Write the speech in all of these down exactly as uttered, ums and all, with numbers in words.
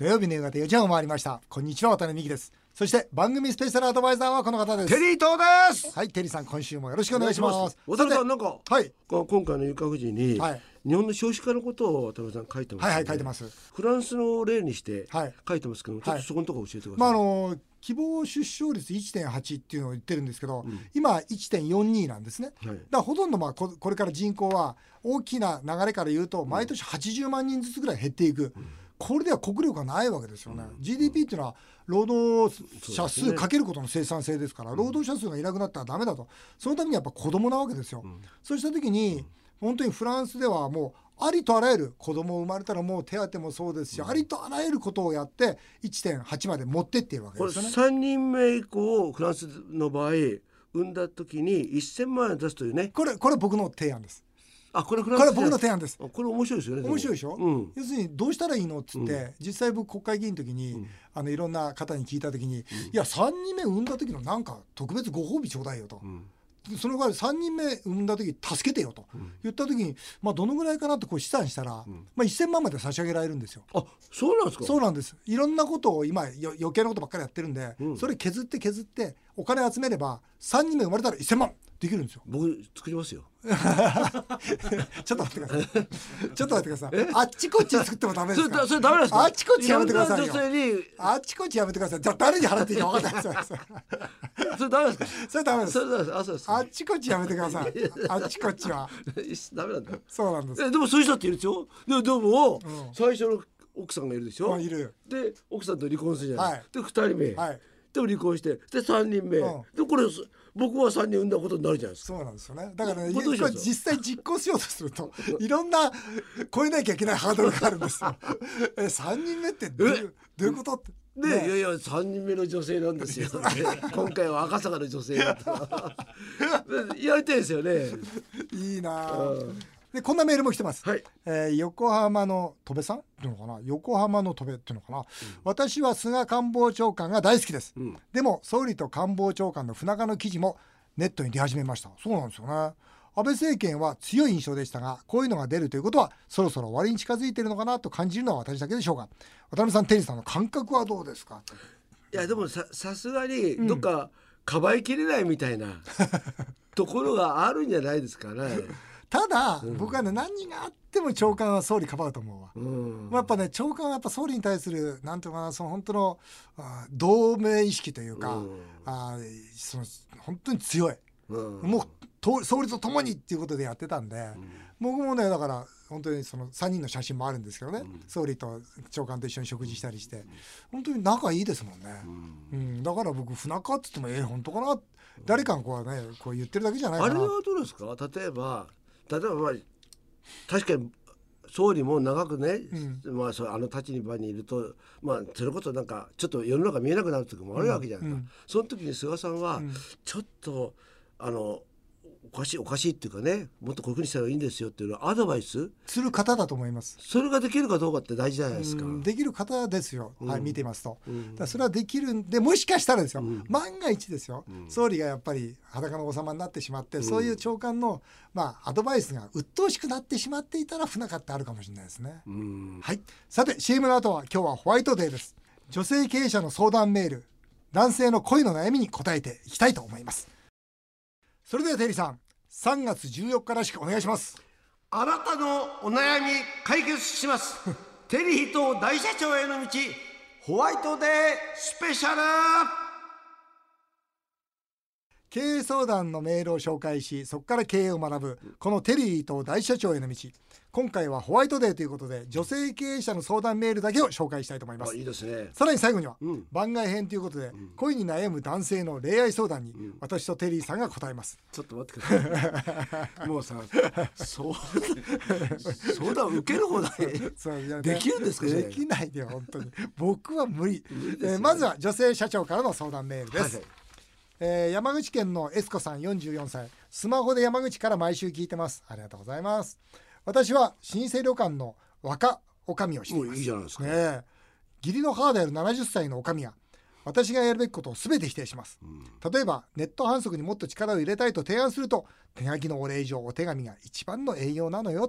土曜日の夕方よじはんを回りました。こんにちは、渡辺美希です。そして番組スペシャルアドバイザーはこの方です。 テリー東です。 はい、テリーさん、今週もよろしくお願いします。 渡辺さん、なんか、 はい、 今回のゆかふじに、はい、日本の少子化のことを渡辺さん書いてます、ね。 はいはい、書いてます。 フランスの例にして書いてますけど、はい、ちょっとそこのところ教えてください。 まああの希望出生率 いってんはち っていうのを言ってるんですけど、うん、今 いってんよんに なんですね、はい、だからほとんどまあ こ, これから人口は大きな流れから言うと毎年はちじゅうまんにんずつぐらい減っていく、うん、これでは国力がないわけですよね、うん、ジーディーピー っていうのは労働者数かけることの生産性ですから、労働者数がいなくなったらダメだと。そのためにやっぱ子供なわけですよ、うん、そうした時に本当にフランスではもうありとあらゆる子供生まれたらもう手当もそうですし、うん、ありとあらゆることをやって いってんはち まで持ってっているわけですよね。 これさんにんめ以降フランスの場合産んだ時にせんまんえん出すというね。 これこれ僕の提案です。 あ、これフランスこれ僕の提案です。 これ面白いですよね。 面白いでしょ、うん、要するにどうしたらいいのっつって、うん、実際僕国会議員の時に、うん、あのいろんな方に聞いた時に、うん、いやさんにんめ産んだ時のなんか特別ご褒美ちょうだいよと、うん、その代わりさんにんめ産んだ時助けてよと言った時に、まあ、どのぐらいかなってこう試算したら、うんまあ、せんまんまで差し上げられるんですよ。 あ、そうなんですか。 そうなんです。いろんなことを今よ余計なことばっかりやってるんで、うん、それ削って削ってお金集めればさんにんめ生まれたらせんまんできるんですよ。 僕作りますよ。 ちょっと待ってください。ちょっと待ってください。あっちこっち作ってもダメですか。 それそれダメなんですか。 あっちこっちやめてくださいよ。 女性にあっちこっちやめてください。じゃあ誰に払っていいか分かんないです。 それダメですか。 それダメです。 それダメです。あ、そうです。 あっちこっちやめてください。あっちこっちはダメなんだ。 そうなんです。 えでもそういう人っているでしょ。ででも、うん、最初の奥さんがいるでしょ。 いる。 で奥さんと離婚するじゃない。 はい、 でふたりめ、はい、でも離婚してでさんにんめ、うん、でこれ僕はさんにん産んだことになるじゃないですか。 そうなんですよね。だからね、これ実際実行しようとするといろんな超えなきゃいけないハードルがあるんですよ。えさんにんめってどういうどういうことってね、ね、いやいやさんにんめの女性なんですよ、ね、今回は赤坂の女性だったやりたいですよね。 いいな、うん、でこんなメールも来てます、はいえー、横浜の戸部さんっていうのかな、横浜の戸部っていうのかな、うん、私は菅官房長官が大好きです、うん、でも総理と官房長官の不仲の記事もネットに出始めました。そうなんですよね。安倍政権は強い印象でしたが、こういうのが出るということはそろそろ終わりに近づいているのかなと感じるのは私だけでしょうか。渡辺さん、テリーさんの感覚はどうですか。 いやでも さ, さすがにどっかかばいきれないみたいな、うん、ところがあるんじゃないですかね。 ただ、うん、僕はね何があっても長官は総理かばうと思うわ、うん、やっぱね長官はやっぱ総理に対するなんていうかな、その本当のあ同盟意識というか、うん、あその本当に強い、うん、もうと総理と共にっていうことでやってたんで、うん、僕もねだから本当にそのさんにんの写真もあるんですけどね、うん、総理と長官と一緒に食事したりして、うん、本当に仲いいですもんね、うんうん、だから僕不仲って言ってもええ本当かな、うん、誰かがこうねこう言ってるだけじゃないかな。 あれはどうですか。例えば例えば、まあ、確かに総理も長くね、うんまあ、そうあの立場にいると、まあ、それこそなんかちょっと世の中見えなくなる時もあるわけじゃないですか、うんうん、その時に菅さんは、うん、ちょっとあのおかしいおかしいっていうかね、もっとこういうふうにしたらいいんですよっていうのをアドバイスする方だと思います。 それができるかどうかって大事じゃないですか、うん、 できる方ですよ、うん、はい、見てますと、うん、だそれはできるんで、もしかしたらですよ、うん、万が一ですよ、うん、総理がやっぱり裸の王様になってしまって、うん、そういう長官の、まあ、アドバイスが鬱陶しくなってしまっていたら不仲ってあるかもしれないですね、うん、はい。さて シーエム の後は今日はホワイトデーです。女性経営者の相談メール、男性の恋の悩みに答えていきたいと思います。それではテリーさん、さんがつじゅうよっからしくお願いします。 あなたのお悩み解決しますテリーと大社長への道、ホワイトデースペシャル。 経営相談のメールを紹介し、そこから経営を学ぶこのテリーと大社長への道。今回はホワイトデーということで女性経営者の相談メールだけを紹介したいと思います。 あ、いいですね。 さらに最後には、うん、番外編ということで、うん、恋に悩む男性の恋愛相談に、うん、私とテリーさんが答えます。 ちょっと待ってくださいもうさそう相談受ける方だそういや、ね、できるんですか。 できないで本当に僕は無理、無理ですよね。えー、まずは女性社長からの相談メールです、はいはい。えー、山口県のエスコさんよんじゅうよんさい、スマホで山口から毎週聞いてます。ありがとうございます。私は老舗旅館の若女将をしています。 もういいじゃないですか、 ね、義理の母であるななじゅっさいの女将は私がやるべきことを全て否定します、うん、例えばネット販促にもっと力を入れたいと提案すると、手書きのお礼状お手紙が一番の営業なのよと。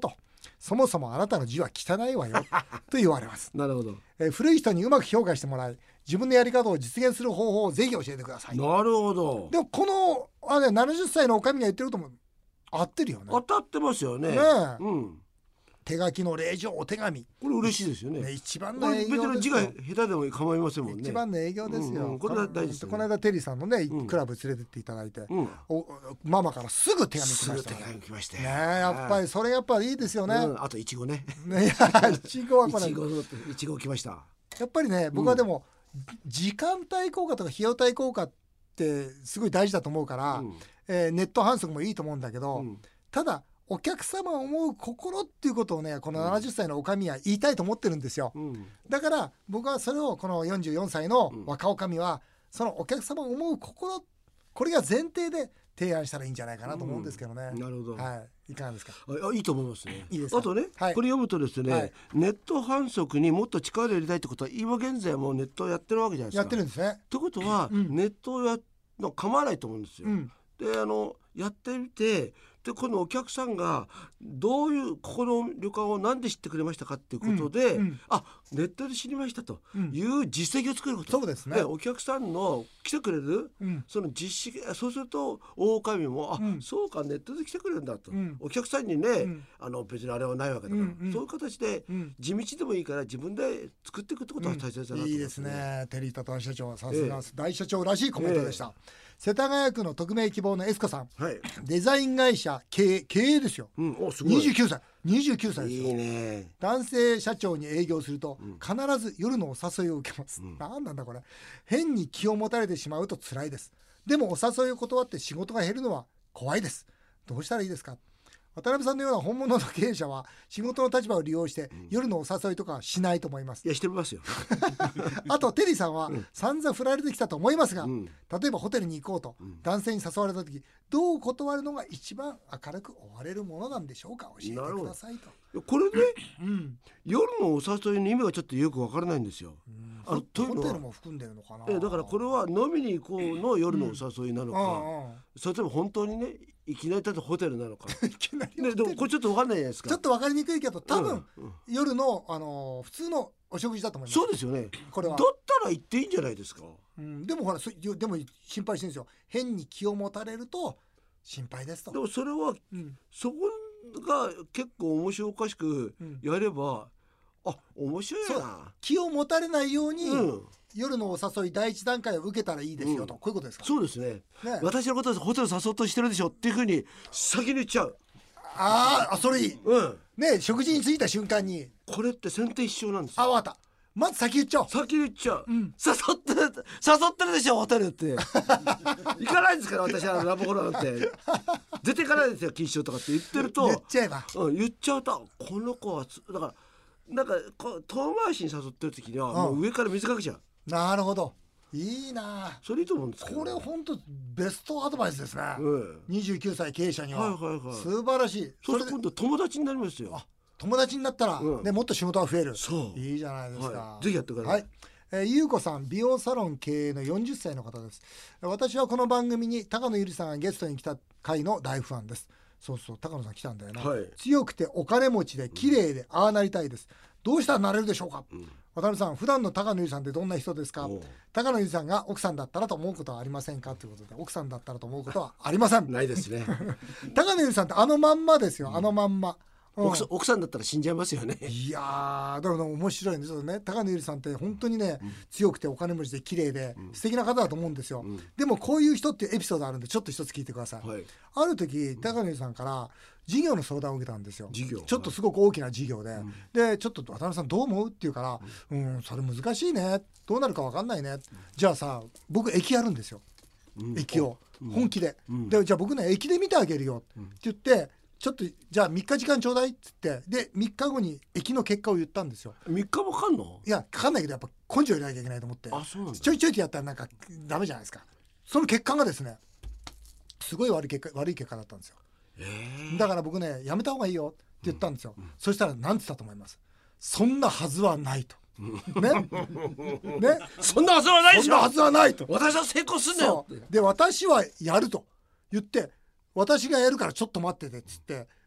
そもそもあなたの字は汚いわよと言われます。 なるほど。 えー古い人にうまく評価してもらい、自分のやり方を実現する方法をぜひ教えてください。 なるほど。 でもこのあれななじゅっさいのおかみが言ってることも合ってるよね。 当たってますよね。 ねえ、 うん。 手書きの令状お手紙、 これ嬉しいですよね。 ね、一番この営れ別に字業ですよ。 が下手でも構いませんもんね。 一番の営業ですよ、 うんうんこれは大事ですよねこの間テリーさんのね、 うんクラブ連れてっていただいて、 うん。 おママからすぐ手紙来すぐ手ましたね。 紙来ましたよ。 ねえ、やっぱりそれやっぱいいですよね。 うん、あといちごね。 ね、いやいちごはこれいちごのいちご来ました。 やっぱりね、僕はでも、時間対効果とか費用対効果ってすごい大事だと思うから、 うんえーネット販促もいいと思うんだけど、 うんただお客様を思う心っていうことをね、このななじゅっさいのおかみは言いたいと思ってるんですよ。 うんだから僕はそれをこのよんじゅうよんさいの若おかみは、そのお客様を思う心、これが前提で提案したらいいんじゃないかなと思うんですけどね。 うんなるほど。 はい、いかがですか。 ああいいと思いますね。 いいですか。 あとね、 はいこれ読むとですね、 はいネット販促にもっと力を入れたいってことは今現在もうネットをやってるわけじゃないですか。 やってるんですね。 ってことは、 うんネットをやの構わないと思うんですよ。 うんであのやってみて、でこのお客さんがどういうここの旅館を何で知ってくれましたかっていうことで、 うんうんあネットで知りましたとうんいう実績を作ること、 そうですね。 お客さんの来てくれるうんその実績、そうすると大女将もあ、 うんそうかネットで来てくれるんだと、 うんお客さんにね、 うんあの別にあれはないわけだから、 うんうんそういう形でうん地道でもいいから自分で作っていくってことが大切だなと思いいですね。テリータ大社長、さすがえ大社長らしいコメントでした。世田谷区の匿名希望のエスコさん、 はい、 デザイン会社経営経営ですよ。 うん、おすごいにじゅうきゅうさいにじゅうきゅうさいですよ。 いいね。 男性社長に営業するとうん必ず夜のお誘いを受けます、 うんなんなんだこれ。変に気を持たれてしまうと辛いです。でもお誘いを断って仕事が減るのは怖いです。どうしたらいいですか。渡辺さんのような本物の経営者は仕事の立場を利用して夜のお誘いとかはしないと思います。 いやしてますよ。 あとテリーさんは散々振られてきたと思いますが、 うん例えばホテルに行こうと男性に誘われた時、どう断るのが一番明るく終われるものなんでしょうか。教えてくださいと。 これね、 うん夜のお誘いの意味がちょっとよくわからないんですよ。 うんあのというのはホテルも含んでるのかな。 えだからこれは飲みに行こうの夜のお誘いなのか、 うんうんそれとも本当にねいきなりだとホテルなのかいきなりホテね、 ルでもこれちょっとわかんないじゃないですか。 ちょっと分かりにくいけど多分、 うんうん夜の、あのー普通のお食事だと思います。 そうですよね。 これはだったら行っていいんじゃないですか。 うん、でもほらそでも心配してるんですよ。変に気を持たれると心配ですと。 でもそれはうんそこが結構面白おかしくうんやれば、あ面白いそうな。 気を持たれないように、 うん、 夜のお誘い第一段階を受けたらいいですよと、 うんこういうことですか。 そうですね。 ね、 私のことでホテル誘おうとしてるでしょっていうふうに先に言っちゃう。 あーあそれいいうん。 ね。食事に着いた瞬間にこれって先手必勝なんですよ。 あわかった、まず先言っちゃおう。 先に言っちゃう。 うん誘ってる誘ってるでしょホテルって行かないですから私はラブホなんて絶対行かないですよ錦糸町とかって言ってると言っちゃえばうん、言っちゃうとこの子はつだからなんかこう遠回しに誘ってる時にはもう上から水かけちゃう。 なるほど、いいな。 それいいと思うんですけど、 これ本当ベストアドバイスですね、 うん、 にじゅうきゅうさい経営者には、 はいはいはい素晴らしい。 それで今度友達になりますよ。 あ友達になったら、 うんね、もっと仕事が増える。 そういいじゃないですか、 はいぜひやってくださいはい。えー、ゆうこさん美容サロン経営のよんじゅっさいの方です。私はこの番組に高野ゆりさんがゲストに来た回の大ファンです。そうそう高野さん来たんだよな、 はい強くてお金持ちで綺麗でああなりたいです。どうしたらなれるでしょうか、 うん渡辺さん普段の高野ゆりさんってどんな人ですか。 おう高野ゆりさんが奥さんだったらと思うことはありませんかということで、奥さんだったらと思うことはありません。 ないですね。 高野ゆりさんってあのまんまですよ、あのまんま、うん奥さん奥さんだったら死んじゃいますよね。 いやーだから面白いんですよね。高野ゆりさんって本当にね、強くてお金持ちで綺麗で、素敵な方だと思うんですよ、 んでもこういう人っていうエピソードあるんでちょっと一つ聞いてください、 はい。 ある時高野ゆりさんから事業の相談を受けたんですよ。 事業ちょっとすごく大きな事業で、でちょっと渡辺さんどう思うって言うから、うんそれ難しいね、どうなるか分かんないね、じゃあさ僕駅やるんですよ、 うん駅を本気で、 うんでじゃあ僕ね駅で見てあげるよって言って、ちょっとじゃあみっか時間ちょうだいっつってでみっかごに駅の結果を言ったんですよ。 みっかもかかんの？ いやかかんないけどやっぱ根性入れなきゃいけないと思って、 あそうなんだ。 ちょいちょいってやったらなんかダメじゃないですか。その結果がですねすごい悪い結果悪い結果だったんですよ。 えーだから僕ねやめた方がいいよって言ったんですよ、そしたら何て言ったと思います。そんなはずはないとねねそんなはずはないでしょ。 そんなはずはないと。 私は成功すんだよそうで私はやると言って私がやるからちょっと待っててっつって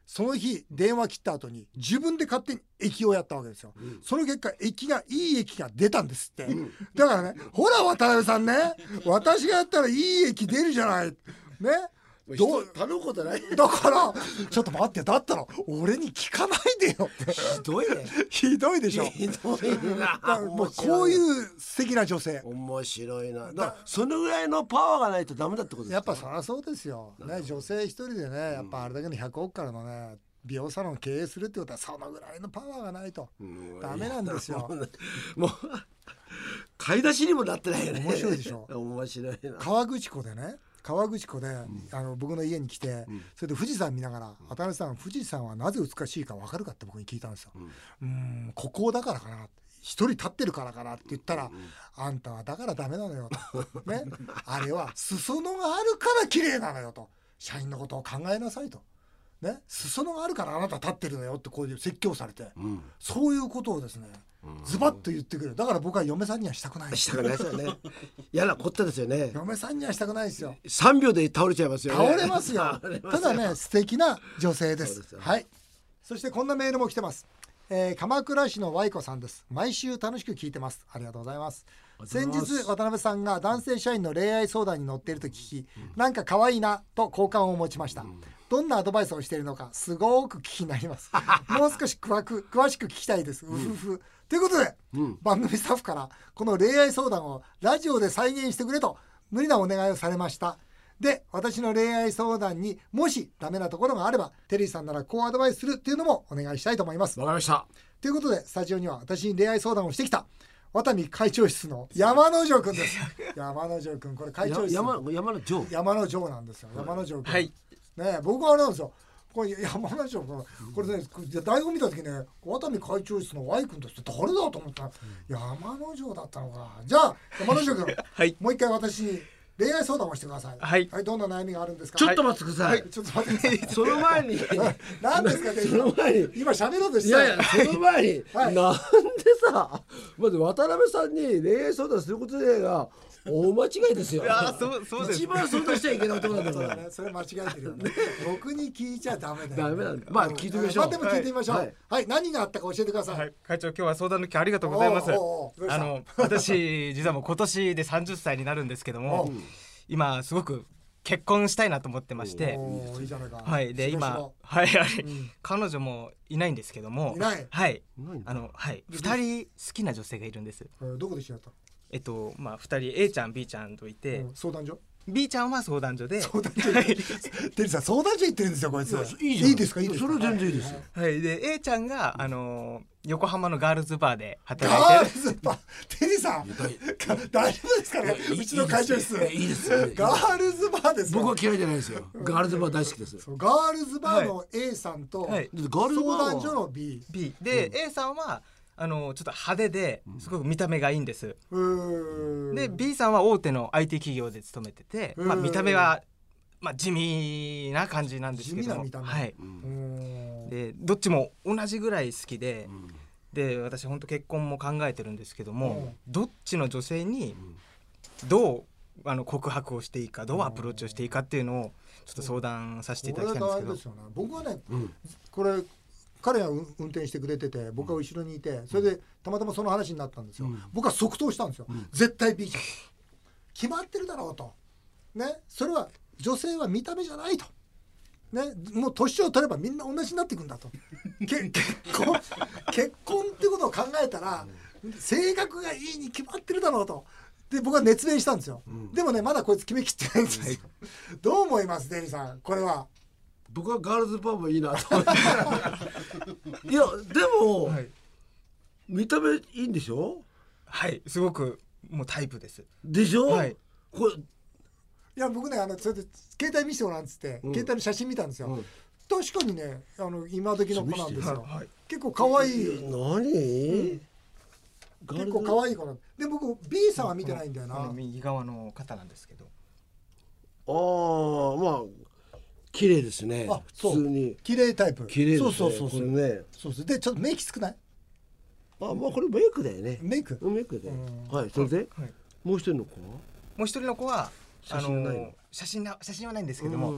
その日電話切った後に自分で勝手に駅をやったわけですよ、うん、その結果駅がいい駅が出たんですって、うん、だからねほら渡辺さんね私がやったらいい駅出るじゃないねどう頼むことないだからちょっと待ってだったら俺に聞かないでよってひどいねひどいでしょひどいなもうこういう素敵な女性面白いなだそのぐらいのパワーがないとダメだってことですか。 やっぱそりゃそうですよ、ね、女性一人でねやっぱあれだけのひゃくおくからのね美容サロンを経営するってことはそのぐらいのパワーがないとダメなんですよ。 もう買い出しにもなってないよね。 面白いでしょ面白いな。 河口湖でね河口湖で、うん、あの僕の家に来て、うん、それで富士山見ながら、うん、渡辺さん富士山はなぜ美しいか分かるかって僕に聞いたんですよ。うん、うーん孤高だからかな一人立ってるからかなって言ったら、うん、あんたはだからダメなのよと、ね、あれは裾野があるから綺麗なのよと社員のことを考えなさいと、ね、裾野があるからあなた立ってるのよってこういう説教されて、うん、そういうことをですねズバッと言ってくる。だから僕は嫁さんにはしたくないしたくないですよね。嫌なこったですよね。 嫁さんにはしたくないですよ。 さんびょうで倒れちゃいますよね。 倒れますよただね素敵な女性です。そうですはい。そしてこんなメールも来てます、えー、鎌倉市のワイコさんです。毎週楽しく聞いてます。ありがとうございます。先日渡辺さんが男性社員の恋愛相談に乗っていると聞き、うん、なんか可愛いなと好感を持ちました、うん、どんなアドバイスをしているのかすごく気になりますもう少し詳く詳しく聞きたいです、うん、うふふということで、うん、番組スタッフからこの恋愛相談をラジオで再現してくれと無理なお願いをされました。で私の恋愛相談にもしダメなところがあればテリーさんならこうアドバイスするっていうのもお願いしたいと思います。 わかりました。 ということでスタジオには私に恋愛相談をしてきたワタミ会長室の山之丞くんです山之丞くんこれ会長室山山の城山の城なんですよ。山之丞くん、 はい、 ね僕はあれなんですよこれ山之丞くんこれね台本見た時ねワタミ会長室の Y 君として誰だと思ったら、うん、山之丞だったのか。じゃあ山之丞くん、はい、もう一回私に恋愛相談をしてください。 はい、 はい、どんな悩みがあるんですか。 ちょっと待ってください、 はい、ちょっと待ってくださいその前に何ですかねその前に今喋ろうとしていやいやその前に、はい、なんでさまず渡辺さんに恋愛相談することでが大間違いですよ。 いやそうそうです。 一番相談しちゃいけない男なんだから。 ね、それ間違えてるよね。僕に聞いちゃダメだよ、ね。 ダメなんだ。まあ聞いてみましょう。 まあでも聞いてみましょう。はい、はい、何があったか教えてください。はい、 会長今日は相談の機会ありがとうございます。おうおうおうあの私実はもう今年でさんじゅっさいになるんですけども、今すごく結婚したいなと思ってまして、 いいじゃないか。 はいで今はいはい、うん、彼女もいないんですけども、 いないはいあのはいふたり好きな女性がいるんです。 どこで知り合った？ えっとまあふたり A ちゃん B ちゃんといて、うん、 相談所 B ちゃんは相談所で相談所テリーさん相談所行ってるんですよこいつ。いいじゃん。いいですかいいですか。 それは全然いいですよ。 はいで A ちゃんがあのー、横浜のガールズバーで働いてる。ガールズバーテリーさん大丈夫ですかね。うちの会長室いいですガールズバーです。 僕は嫌いじゃないですよ。ガールズバー大好きです。 ガールズバーの A さんと、はい、相談所の B, B で、うん、A さんはあのちょっと派手ですごく見た目がいいんです、うん、で B さんは大手の アイティー 企業で勤めてて、まあ、見た目は、まあ、地味な感じなんですけど、 地味な見た目、 はい、うんでどっちも同じぐらい好きで、うん、で私本当結婚も考えてるんですけども、うん、どっちの女性にどうあの告白をしていいかどうアプローチをしていいかっていうのをちょっと相談させていただきたいんですけど、 これですよね、僕はね、うん、これ彼は運転してくれてて僕は後ろにいて、それでたまたまその話になったんですよ、うん、僕は即答したんですよ、うん、絶対 B ちゃん決まってるだろうと、ね、それは女性は見た目じゃないと、ね、もう年を取ればみんな同じになっていくんだとけ結婚結婚ってことを考えたら性格がいいに決まってるだろうとで僕は熱弁したんですよ、うん、でもねまだこいつ決めきってないんですよどう思いますデリーさんこれは。 僕はガールズバーもいいなと思っていやでも、はい、見た目いいんでしょ。 はいすごくもうタイプですでしょ、はい、これいや僕ねあのそれで携帯見せてもらうんつって、うん、携帯の写真見たんですよ、うん、確かにねあの今時の子なんですよ、はい、結構可愛い、 えー、何、 うん結構可愛い子なんで僕 B さんは見てないんだよな、 右側の方なんですけどああまあ綺麗ですね。あ普通に綺麗タイプ。 綺麗ですね。 そうそうそうそう。 これね。 そうそうでちょっとメイクきつくない？ あまあこれメイクだよね。 メイク？ メイクで。はいそれで、はい、もう一人の子は？ もう一人の子は写真ないの？あの写真な写真はないんですけども、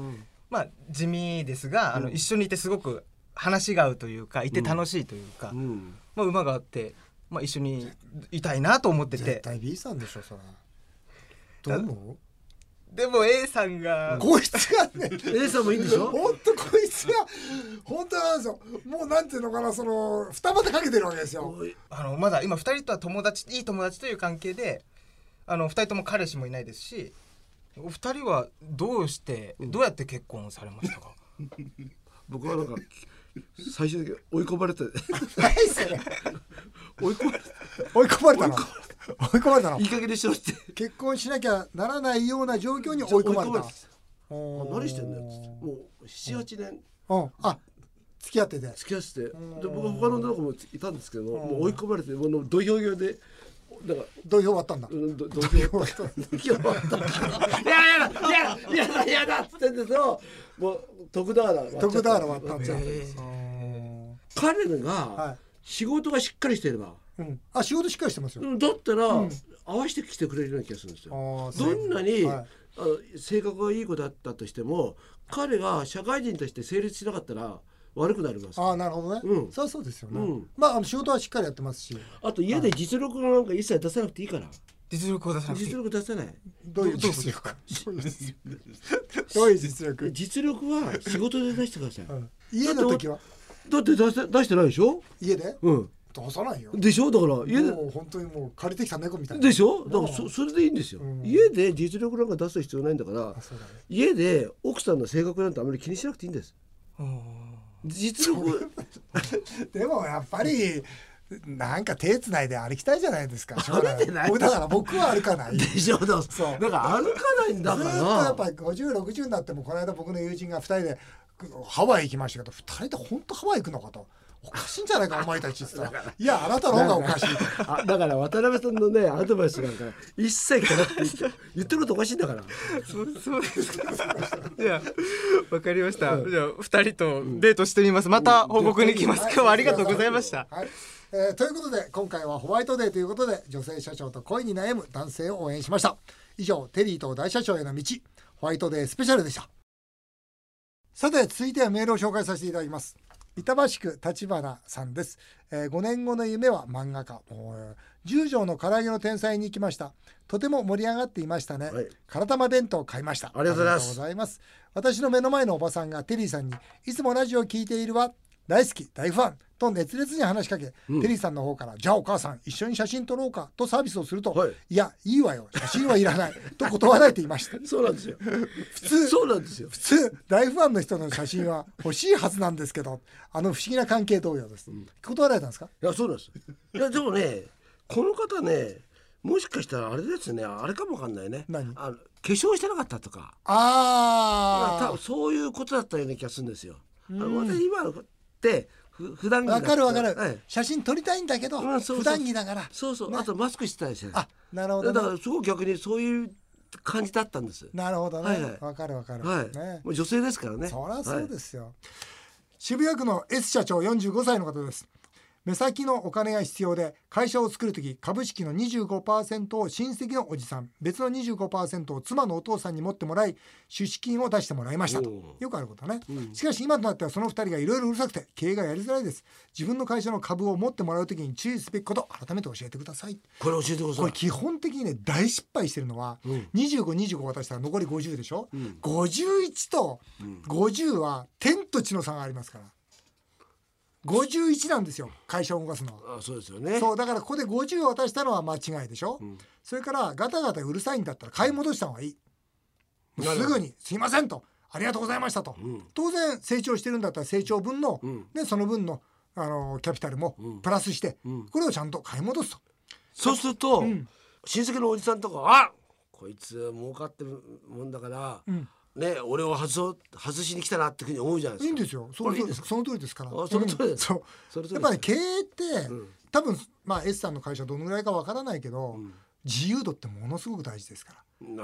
まあ地味ですが、あの一緒にいてすごく話が合うというか、いて楽しいというか、うん、まあ、馬があって、まあ、一緒にいたいなと思ってて。 絶対 B さんでしょそれ。どう思う？ でも A さんがこいつがね A さんもいいんでしょ。 本当こいつが本当なんですよ。もうなんていうのかな、その二股かけてるわけですよ。 あのまだ今ふたりとは友達、いい友達という関係で、あのふたりとも彼氏もいないですし、お二人はどうしてどうやって結婚されましたか？ 僕はなんか最終的に追い込まれて何それ追い込まれて追い込まれたの追い込まれたのいい加減にしろって結婚しなきゃならないような状況に追い込まれた。 何してんだよっつって、もうななはちねん、 うん、あ付き合ってて付き合ってて、で僕は他の女の子もいたんですけども、もう追い込まれて、もう土俵際でなんか土俵割ったんだ。 土俵割った土俵割ったいやいやいやいやいやだっつってんですよ。もう徳田原徳田原割ったんだ。 彼が仕事がしっかりしてれば、 うん、あ仕事しっかりしてますよ。 だったら、うん、合わせてきてくれるような気がするんですよ。どんなに、はい、あの性格がいい子だったとしても、彼が社会人として成立しなかったら悪くなります。 ああなるほどね、うん、そうそうですよね、うん、まあ、あの仕事はしっかりやってますし、 あと家で実力なんか一切出さなくていいから。 実力を出さなくていい。 実力出せない。 どういう実力どういう実力実力は仕事で出してください、うん、 家の時はだって出して出してないでしょ家で。うん出さないよ。 でしょ。だから家でもう本当にもう借りてきた猫みたいなでしょ。だから そ, それでいいんですよ、うん、家で実力なんか出す必要ないんだから、ね、家で奥さんの性格なんてあまり気にしなくていいんです。実力でもやっぱりなんか手つないで歩きたいじゃないですか。 歩いてない。 だから僕は歩かない。 でしょ。だから歩かないんだから。ずっとやっぱりごじゅうろくじゅうになっても、この間僕の友人がふたりでハワイ行きましたけど、ふたりで本当ハワイ行くのかと。おかしいんじゃないかお前たちって言ったら、いやあなたの方がおかしいあだから渡辺さんのねアドバイスなんか一切聞かなくていいって言ってることおかしいんだから。 そうそうですか。いやわかりました、うん、じゃあふたりとデートしてみます。また報告に来ます、うん、今日はありがとうございました、 はい、えー、ということで今回はホワイトデーということで、女性社長と恋に悩む男性を応援しました。以上、テリーと大社長への道ホワイトデースペシャルでした。さて続いてはメールを紹介させていただきます。板橋区立花さんです、えー、ごねんごの夢は漫画家。十条の唐揚げの天才に行きました。とても盛り上がっていましたね、はい、からたま弁当を買いました。 ありがとうございます。 私の目の前のおばさんがテリーさんにいつもラジオを聞いているわ、大好き大ファンと熱烈に話しかけ、うん、テリーさんの方からじゃあお母さん一緒に写真撮ろうかとサービスをすると、はい、いやいいわよ写真はいらないと断られていましたそうなんですよ普通そうなんですよ普通大ファンの人の写真は欲しいはずなんですけど、あの不思議な関係同様です、うん、断られたんですか。 いやそうなんですいやでもねこの方ねもしかしたらあれですね、あれかもわかんないね。 何？ あの化粧してなかったとか、 ああ多分そういうことだったような気がするんですよ。あの私今のって普段着わかるわかる、はい、写真撮りたいんだけど、うん、そうそう普段着だからそうそう、ね、あとマスクしてたりして、 あなるほど、ね、 だからすごく逆にそういう感じだったんです。 なるほどね、はいはい、わかるわかる、 はいね、もう女性ですからね。 そりゃそうですよ、はい、渋谷区の S 社長よんじゅうごさいの方です。目先のお金が必要で会社を作るとき株式の にじゅうごパーセント を親戚のおじさん、別の にじゅうごパーセント を妻のお父さんに持ってもらい出資金を出してもらいましたと。よくあることだね、うん、しかし今となってはそのふたりがいろいろうるさくて経営がやりづらいです。自分の会社の株を持ってもらうときに注意すべきこと改めて教えてください。 これ教えてください。 これ基本的にね大失敗してるのは、うん、にじゅうご、にじゅうご渡したら残りごじゅうでしょ、うん、ごじゅういちとごじゅうは天と地の差がありますから、ごじゅういちなんですよ会社を動かすのは。 あ、そうですよね。 そうだからここでごじゅうを渡したのは間違いでしょ、うん、それからガタガタうるさいんだったら買い戻した方がいい、うん、すぐにすいませんとありがとうございましたと、うん、当然成長してるんだったら成長分の、うん、でその分の、あのキャピタルもプラスして、うん、これをちゃんと買い戻すと。 そうすると、うん、親戚のおじさんとかあこいつ儲かってるもんだから、うんね、俺を外そう外しに来たなってふうに思うじゃないですか。 いいんですよ。その通りです。その通りですから。 あ、その通りです。 そう。やっぱり経営って、うん、多分まあ S さんの会社どのぐらいかわからないけど、うん、自由度ってものすごく大事ですから。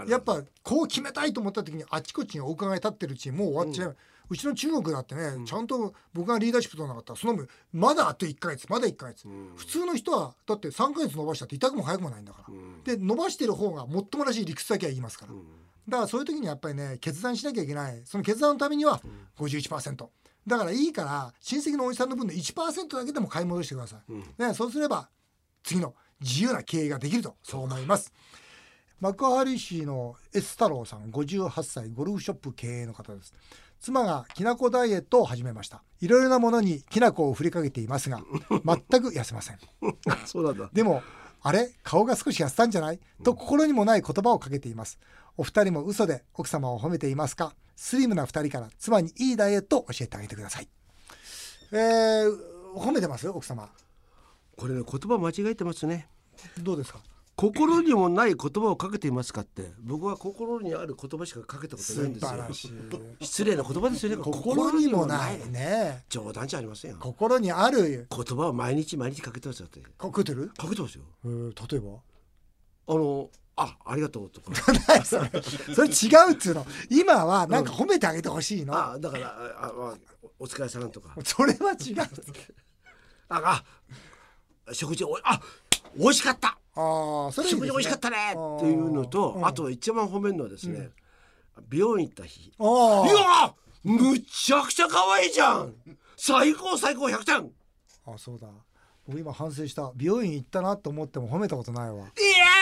やっぱこう決めたいと思った時にあちこちにお伺い立ってるうちにもう終わっちゃう。うん、うちの中国だってね、うん、ちゃんと僕がリーダーシップ取らなかったらその分まだあといっかげつまだいっかげつ、うん、普通の人はだってさんかげつ伸ばしたって痛くも早くもないんだから、うん、で伸ばしてる方がもっともらしい理屈だけは言いますから、うん、 だからそういう時にやっぱりね決断しなきゃいけない。その決断のためには ごじゅういちパーセント、うん、だからいいから親戚のおじさんの分の いちパーセント だけでも買い戻してください、うんね、そうすれば次の自由な経営ができるとそう思います。幕張市の S 太郎さん、ごじゅうはっさい、ゴルフショップ経営の方です。妻がきなこダイエットを始めました。いろいろなものにきなこを振りかけていますが全く痩せませんそうなんだ。 でもあれ顔が少し痩せたんじゃないと心にもない言葉をかけています。お二人も嘘で奥様を褒めていますか？スリムな二人から妻にいいダイエットを教えてあげてください。えー、褒めてます奥様。 これね言葉間違えてますね。 どうですか？ 心にもない言葉をかけていますかって、僕は心にある言葉しかかけたことないんですよ。 素晴らしい。 失礼な言葉ですよね。 心にもないね。 冗談じゃありませんよ。 心にある言葉を毎日毎日かけてますよって。 かけてる？ かけてますよ。 えー、例えばあのあありがとうとか何それそれ違うっつうの。今はなんか褒めてあげてほしいの、 うん、あだからああお疲れさんとかそれは違うああ食事おあ美味しかったあそれいいですね、 食事美味しかったねっていうのと、あと一番褒めるのはですね、うん、美容院行った日、 あいやむちゃくちゃ可愛いじゃん最高最高ひゃくてん。 あそうだ僕今反省した。美容院行ったなと思っても褒めたことないわ。 いや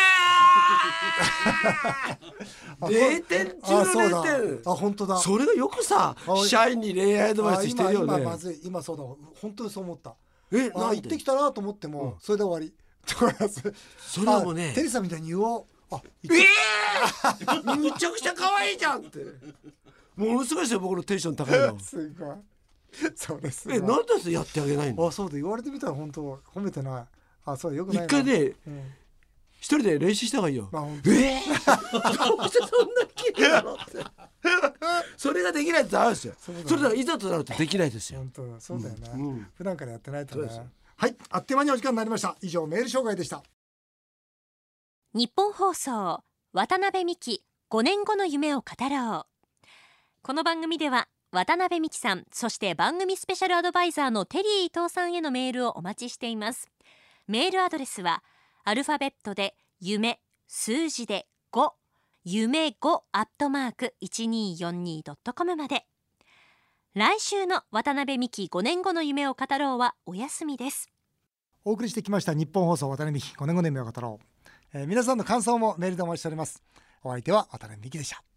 ーれいてん中のれいてん。 あ本当だ。 それがよくさ社員に恋愛アドバイスしてるよね。 今、今まずい今そうだ本当にそう思った。 えあ行ってきたなと思っても、うん、それで終わりそれはもうねテリーさんみたいに言おう。あえー、むちゃくちゃ可愛いじゃんってものすごいですよ僕のテンション高いのすごいそうです。 えなんでやってあげないの？ あそうだ言われてみたら本当褒めてない。あそうよくないな。 一回ね、うん、一人で練習した方がいいよ、まあ、えー、どうしてそんな綺麗なのってそれができないってあるんですよ。そ, それだからいざとなるとできないですよ。 本当そうだよね、うんうん、普段からやってないとね。 はいあっという間にお時間になりました。以上メール紹介でした。 日本放送渡辺美希ごねんごの夢を語ろう。この番組では渡辺美希さんそして番組スペシャルアドバイザーのテリー伊藤さんへのメールをお待ちしています。メールアドレスはアルファベットで夢数字でご夢ごアットマーク いちにーよんにードットコム まで。来週の渡辺美希ごねんごの夢を語ろうはお休みです。 お送りしてきました日本放送渡辺美希ごねんごの夢を語ろう、えー、皆さんの感想もメールでお待ちしております。お相手は渡辺美希でした。